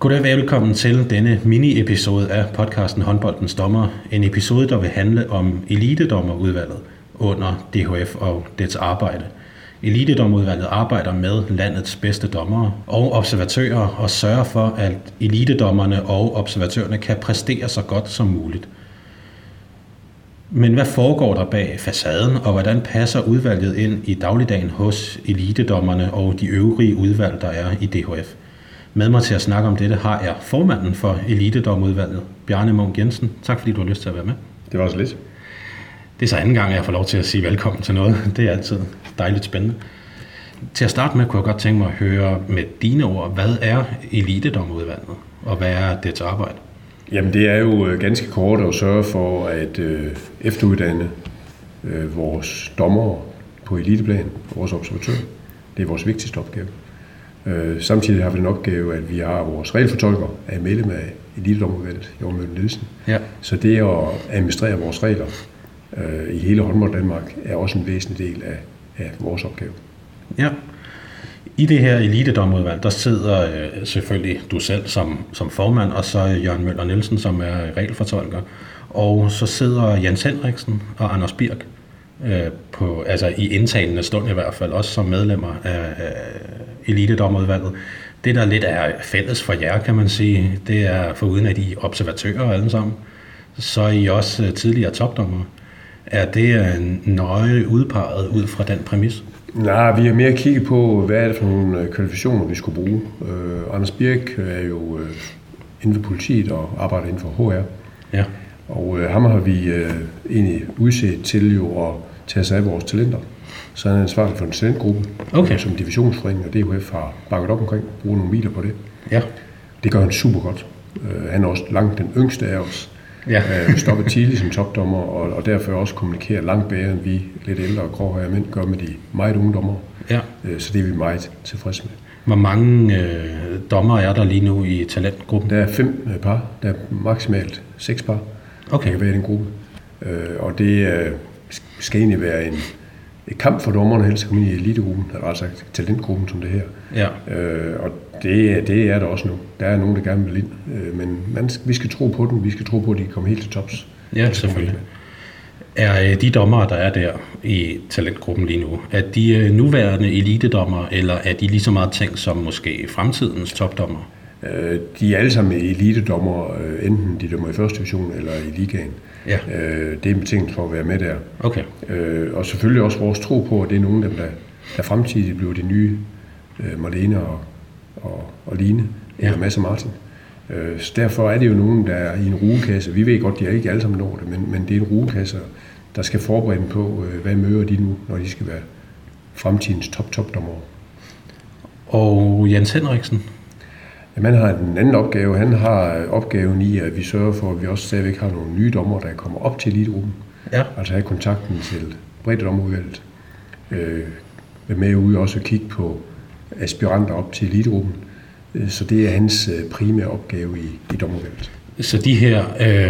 Goddag og velkommen til denne mini-episode af podcasten Håndboldens Dommer. En episode, der vil handle om elitedommerudvalget under DHF og dets arbejde. Elitedommerudvalget arbejder med landets bedste dommere og observatører og sørger for, at elitedommerne og observatørerne kan præstere så godt som muligt. Men hvad foregår der bag facaden, og hvordan passer udvalget ind i dagligdagen hos elitedommerne og de øvrige udvalg, der er i DHF? Med mig til at snakke om dette har jeg formanden for elitedommerudvalget, Bjarne Munk Jensen. Tak fordi du har lyst til at være med. Det var så lidt. Det er så anden gang, jeg får lov til at sige velkommen til noget. Det er altid dejligt spændende. Til at starte med kunne jeg godt tænke mig at høre med dine ord, hvad er elitedommerudvalget, og hvad er dets arbejde? Jamen det er jo ganske kort at sørge for at efteruddanne vores dommere på eliteplan, vores observatører. Det er vores vigtigste opgave. Samtidig har vi den opgave, at vi har vores regelfortolker af medlem af elitedommerudvalget, Jørgen Møller Nielsen. Ja. Så det at administrere vores regler i hele håndbold Danmark er også en væsentlig del af vores opgave. Ja. I det her elitedommerudvalg, der sidder selvfølgelig du selv som formand, og så Jørgen Møller Nielsen, som er regelfortolker. Og så sidder Jens Henriksen og Anders Birk i indtalende stund i hvert fald, også som medlemmer af elitedommerudvalget. Det, der lidt er fælles for jer, kan man sige, det er foruden af de observatører alle sammen, så er I også tidligere topdommere. Er det nøje udpeget ud fra den præmis? Nej, vi har mere kigget på, hvad er det for nogle kvalifikationer, vi skulle bruge. Anders Birk er jo inden for politiet og arbejder inden for HR. Ja. Og ham har vi egentlig udset til jo at tage sig af vores talenter. Så han er ansvarlig for en talentgruppe, som divisionsforening og DHF har bakket op omkring, bruger nogle midler på det. Ja. Det gør han super godt. Han er også langt den yngste af os. Ja. Stoppet tidligt som topdommer, og derfor også kommunikerer langt bedre, end vi lidt ældre og gråhøje mænd gør med de meget unge dommere. Ja. Så det er vi meget tilfredse med. Hvor mange dommer er der lige nu i talentgruppen? Der er 5 par. Der er maksimalt 6 par, der kan være i den gruppe. Og det skal egentlig være et kamp for dommerne, helst komme ind i elitegruppen, eller rettere sagt talentgruppen som det her. Ja. Og det er der også nu. Der er nogen, der gerne vil ind, men vi skal tro på dem. Vi skal tro på, at de kommer helt til tops. Ja, selvfølgelig. Er de dommere, der er der i talentgruppen lige nu, er de nuværende elitedommere, eller er de lige så meget tænkt som måske fremtidens topdommere? De er alle sammen elitedommere, enten de dømmer i første division eller i ligaen. Ja. Det er en betingelse for at være med der. Okay. Og selvfølgelig også vores tro på, at det er nogle af dem, der fremtidigt bliver de nye Marlene og Line, eller Mads og Martin. Så derfor er det jo nogen, der er i en rugekasse. Vi ved godt, de er ikke alle sammen når det, men det er en rugekasse, der skal forberede dem på, hvad møder de nu, når de skal være fremtidens topdommere. Og Jens Henriksen? Jamen, han har en anden opgave. Han har opgaven i, at vi sørger for, at vi også stadigvæk har nogle nye dommere, der kommer op til elitegruppen. Ja. Altså have kontakten til breddedommerudvalget. Være med ude også at kigge på aspiranter op til elitegruppen. Så det er hans primære opgave i dommerudvalget. Så de her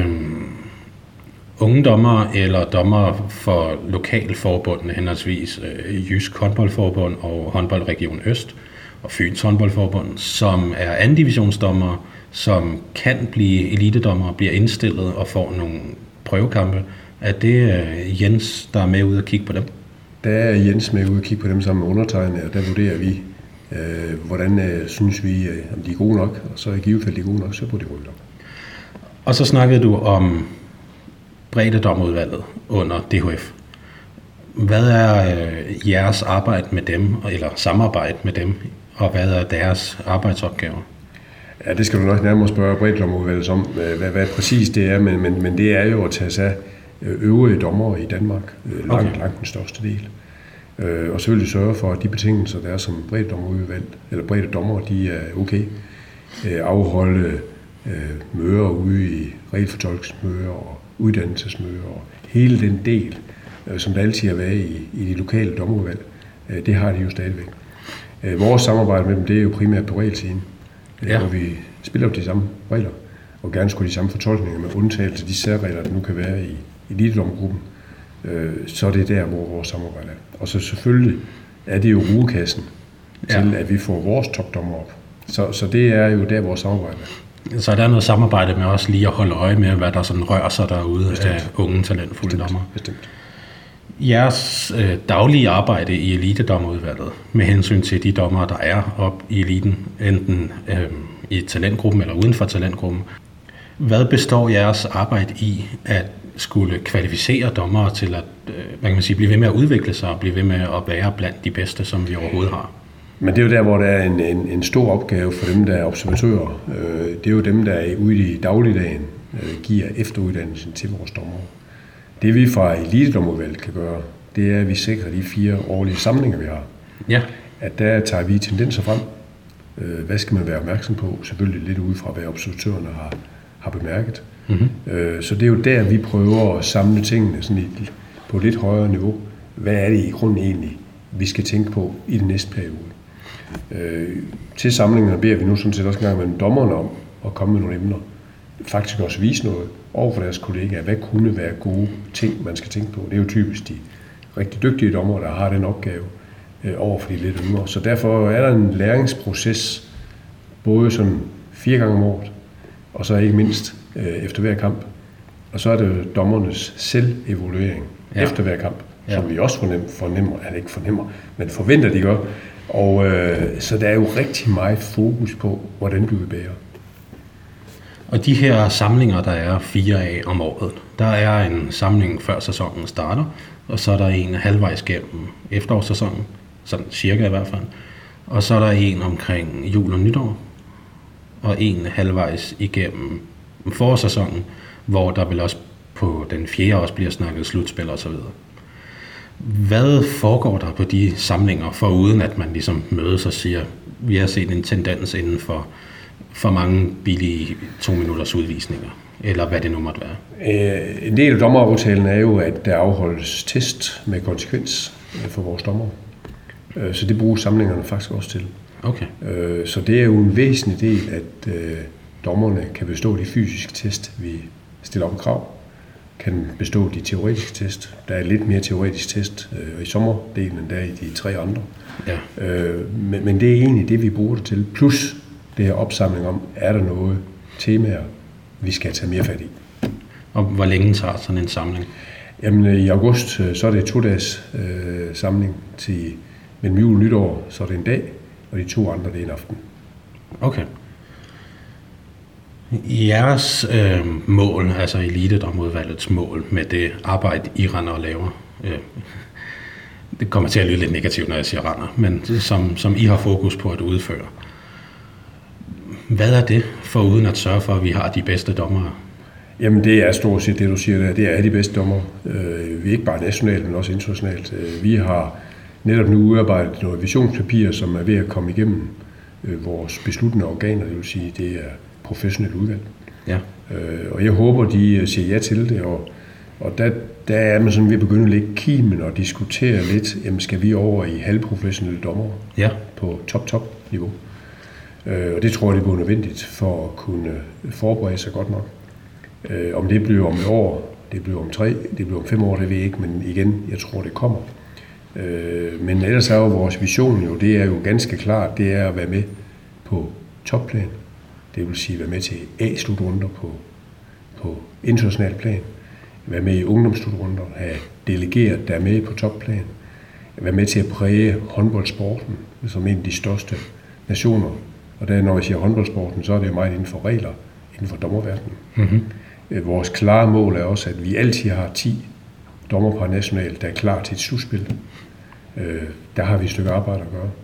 unge dommere eller dommere for lokalforbundene, henholdsvis Jysk Håndboldforbund og Håndboldregion Øst, og Fyns Håndboldforbund, som er andendivisionsdommere, som kan blive elitedommere, bliver indstillet og får nogle prøvekampe. Er det Jens, der er med ude at kigge på dem? Der er Jens med ude at kigge på dem sammen med undertegnede, og der vurderer vi, hvordan synes vi, om de er gode nok, og så i givet fald de er gode nok, så burde de rykke op. Og så snakkede du om breddedommerudvalget under DHF. Hvad er jeres arbejde med dem, eller samarbejde med dem, og hvad er deres arbejdsopgaver? Ja, det skal du nok nærmere spørge breddedommerudvalget om, hvad præcis det er, men det er jo at tage sig øvrige dommere i Danmark, langt den største del. Og selvfølgelig sørge for, at de betingelser, der er som breddedommerudvalg, eller breddedommere, de er okay. Afholde møder ude i regelfortolkningsmøder og uddannelsesmøder, og hele den del, som der altid har været i de lokale dommerudvalg, det har de jo stadigvæk. Vores samarbejde med dem, det er jo primært på regelsiden, hvor vi spiller op de samme regler, og gerne skulle de samme fortolkninger med undtagelse af de særregler, der nu kan være i elitedommergruppen. Så er det der, hvor vores samarbejde er. Og så selvfølgelig er det jo rugekassen til, at vi får vores topdommer op. Så det er jo der, vores samarbejde. Så der er noget samarbejde med også lige at holde øje med, hvad der sådan rører sig derude af unge talentfulde dommer. Bestemt. Jeres daglige arbejde i elitedommerudvalget med hensyn til de dommere, der er op i eliten, enten i talentgruppen eller uden for talentgruppen. Hvad består jeres arbejde i at skulle kvalificere dommere til at blive ved med at udvikle sig og blive ved med at være blandt de bedste, som vi overhovedet har? Men det er jo der, hvor der er en stor opgave for dem, der er observatører. Det er jo dem, der er ude i dagligdagen, giver efteruddannelsen til vores dommere. Det vi fra elitedommerudvalget kan gøre, det er, at vi sikrer de 4 årlige samlinger, vi har. Ja. At der tager vi tendenser frem. Hvad skal man være opmærksom på? Selvfølgelig lidt ud fra, hvad observatørerne har bemærket. Mm-hmm. Så det er jo der, vi prøver at samle tingene sådan på et lidt højere niveau. Hvad er det i grunden egentlig, vi skal tænke på i den næste periode? Til samlingerne beder vi nu sådan set også en gang med dommerne om at komme med nogle emner. Faktisk også vise noget over for deres kollegaer. Hvad kunne være gode ting, man skal tænke på? Det er jo typisk de rigtig dygtige dommere, der har den opgave over for de lidt yngre. Så derfor er der en læringsproces, både sådan 4 gange om året, og så ikke mindst efter hver kamp. Og så er det dommernes selvevaluering efter hver kamp, som vi også forventer, de gør. Og så der er jo rigtig meget fokus på, hvordan du vil bære. Og de her samlinger, der er 4 af om året, der er en samling før sæsonen starter, og så er der en halvvejs gennem efterårssæsonen, sådan cirka i hvert fald. Og så er der en omkring jul og nytår, og en halvvejs igennem forårssæsonen, hvor der vil også på den 4. også bliver snakket slutspil og så videre. Hvad foregår der på de samlinger, foruden at man ligesom mødes og siger, vi har set en tendens inden for mange billige 2 minutters udvisninger, eller hvad det nu måtte være? En del af dommeraftalen er jo, at der afholdes test med konsekvens for vores dommer. Så det bruger samlingerne faktisk også til. Okay. Så det er jo en væsentlig del, at dommerne kan bestå de fysiske test, vi stiller op krav, kan bestå de teoretiske test. Der er lidt mere teoretisk test i sommerdelen, end der i de 3 andre. Ja. Men det er egentlig det, vi bruger det til. Plus det her opsamling om, er der noget temaer, vi skal tage mere fat i. Og hvor længe tager sådan en samling? Jamen i august, så er det 2-dages samling til mellem jul og nytår, så er det en dag, og de 2 andre, det er en aften. Okay. Jeres mål, altså elitedommerudvalgets mål med det arbejde, I render og laver, det kommer til at lyde lidt negativt, når jeg siger render, men som I har fokus på at udføre. Hvad er det, foruden at sørge for, at vi har de bedste dommere? Jamen det er stort set det, du siger der. Det er de bedste dommere. Vi er ikke bare nationalt, men også internationalt. Vi har netop nu udarbejdet noget visionspapir, som er ved at komme igennem vores besluttende organer, det vil sige, det er professionelt udvalg. Ja. Og jeg håber, de siger ja til det, og der er man sådan ved at begynde at lægge kimen og diskutere lidt, jamen skal vi over i halvprofessionelle dommere på top-niveau. Og det tror jeg, det bliver nødvendigt for at kunne forberede sig godt nok. Om det bliver om et år, det bliver om 3, det bliver om 5 år, det ved jeg ikke, men igen, jeg tror, det kommer. Men ellers er jo vores vision jo, det er jo ganske klart, det er at være med på topplan. Det vil sige, være med til A-slutrunder på international plan. Være med i ungdomsslutrunder, have delegeret, der er med på topplan. Være med til at præge håndboldsporten, som en af de største nationer. Og der, når jeg siger håndboldsporten, så er det jo meget inden for regler, inden for dommerverdenen. Mm-hmm. Vores klare mål er også, at vi altid har 10 dommerpar nationalt, der er klar til et slutspil. Der har vi et stykke arbejde at gøre.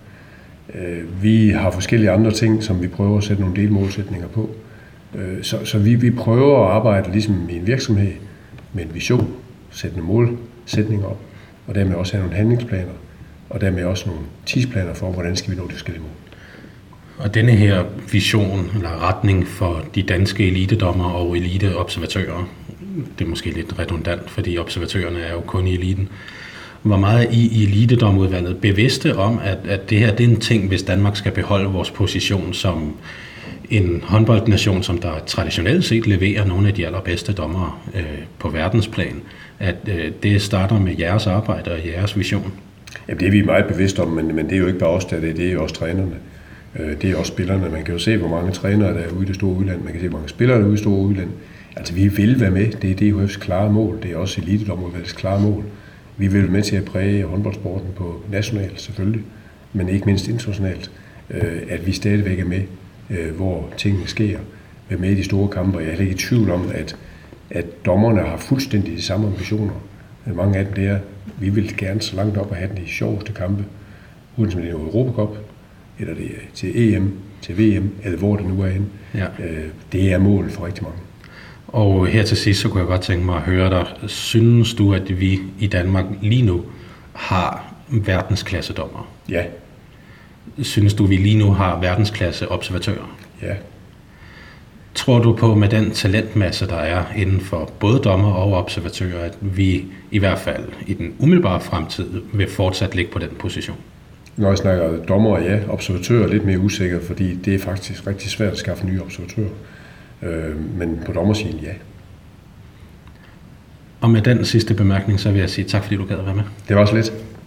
Vi har forskellige andre ting, som vi prøver at sætte nogle delmålsætninger på. Så vi prøver at arbejde ligesom i en virksomhed med en vision, sætte nogle målsætninger op, og dermed også have nogle handlingsplaner, og dermed også nogle tidsplaner for, hvordan skal vi nå det forskellige mål. Og denne her vision eller retning for de danske elitedommer og eliteobservatører, det er måske lidt redundant, fordi observatørerne er jo kun i eliten. Hvor meget er I i elitedommerudvalget bevidste om, at det her det er en ting, hvis Danmark skal beholde vores position som en håndboldnation, som der traditionelt set leverer nogle af de allerbedste dommere på verdensplan, at det starter med jeres arbejde og jeres vision? Jamen det er vi meget bevidste om, men det er jo ikke bare os, det er jo også trænerne. Det er også spillerne. Man kan jo se, hvor mange trænere, der er ude i det store udland. Man kan se, hvor mange spillere, der er ude i det store udland. Altså, vi vil være med. Det er DHF's klare mål. Det er også elitedommerudvalgets klare mål. Vi vil være med til at præge håndboldsporten på nationalt, selvfølgelig, men ikke mindst internationalt. At vi stadigvæk er med, hvor tingene sker. Være med i de store kampe. Jeg er heller ikke i tvivl om, at dommerne har fuldstændig de samme ambitioner. Mange af dem det er, vi vil gerne så langt op og have de sjoveste kampe, uden som det er Europacup, eller det er til EM, til VM, eller hvor det nu er henne. Ja. Det er målet for rigtig mange. Og her til sidst, så kunne jeg godt tænke mig at høre dig. Synes du, at vi i Danmark lige nu har verdensklassedommer? Ja. Synes du, at vi lige nu har verdensklasse observatører? Ja. Tror du på, med den talentmasse, der er inden for både dommer og observatører, at vi i hvert fald i den umiddelbare fremtid vil fortsat ligge på den position? Når jeg snakker dommer, ja. Observatører er lidt mere usikker, fordi det er faktisk rigtig svært at skaffe nye observatører. Men på dommersiden, ja. Og med den sidste bemærkning, så vil jeg sige tak, fordi du gad at være med. Det var også lidt.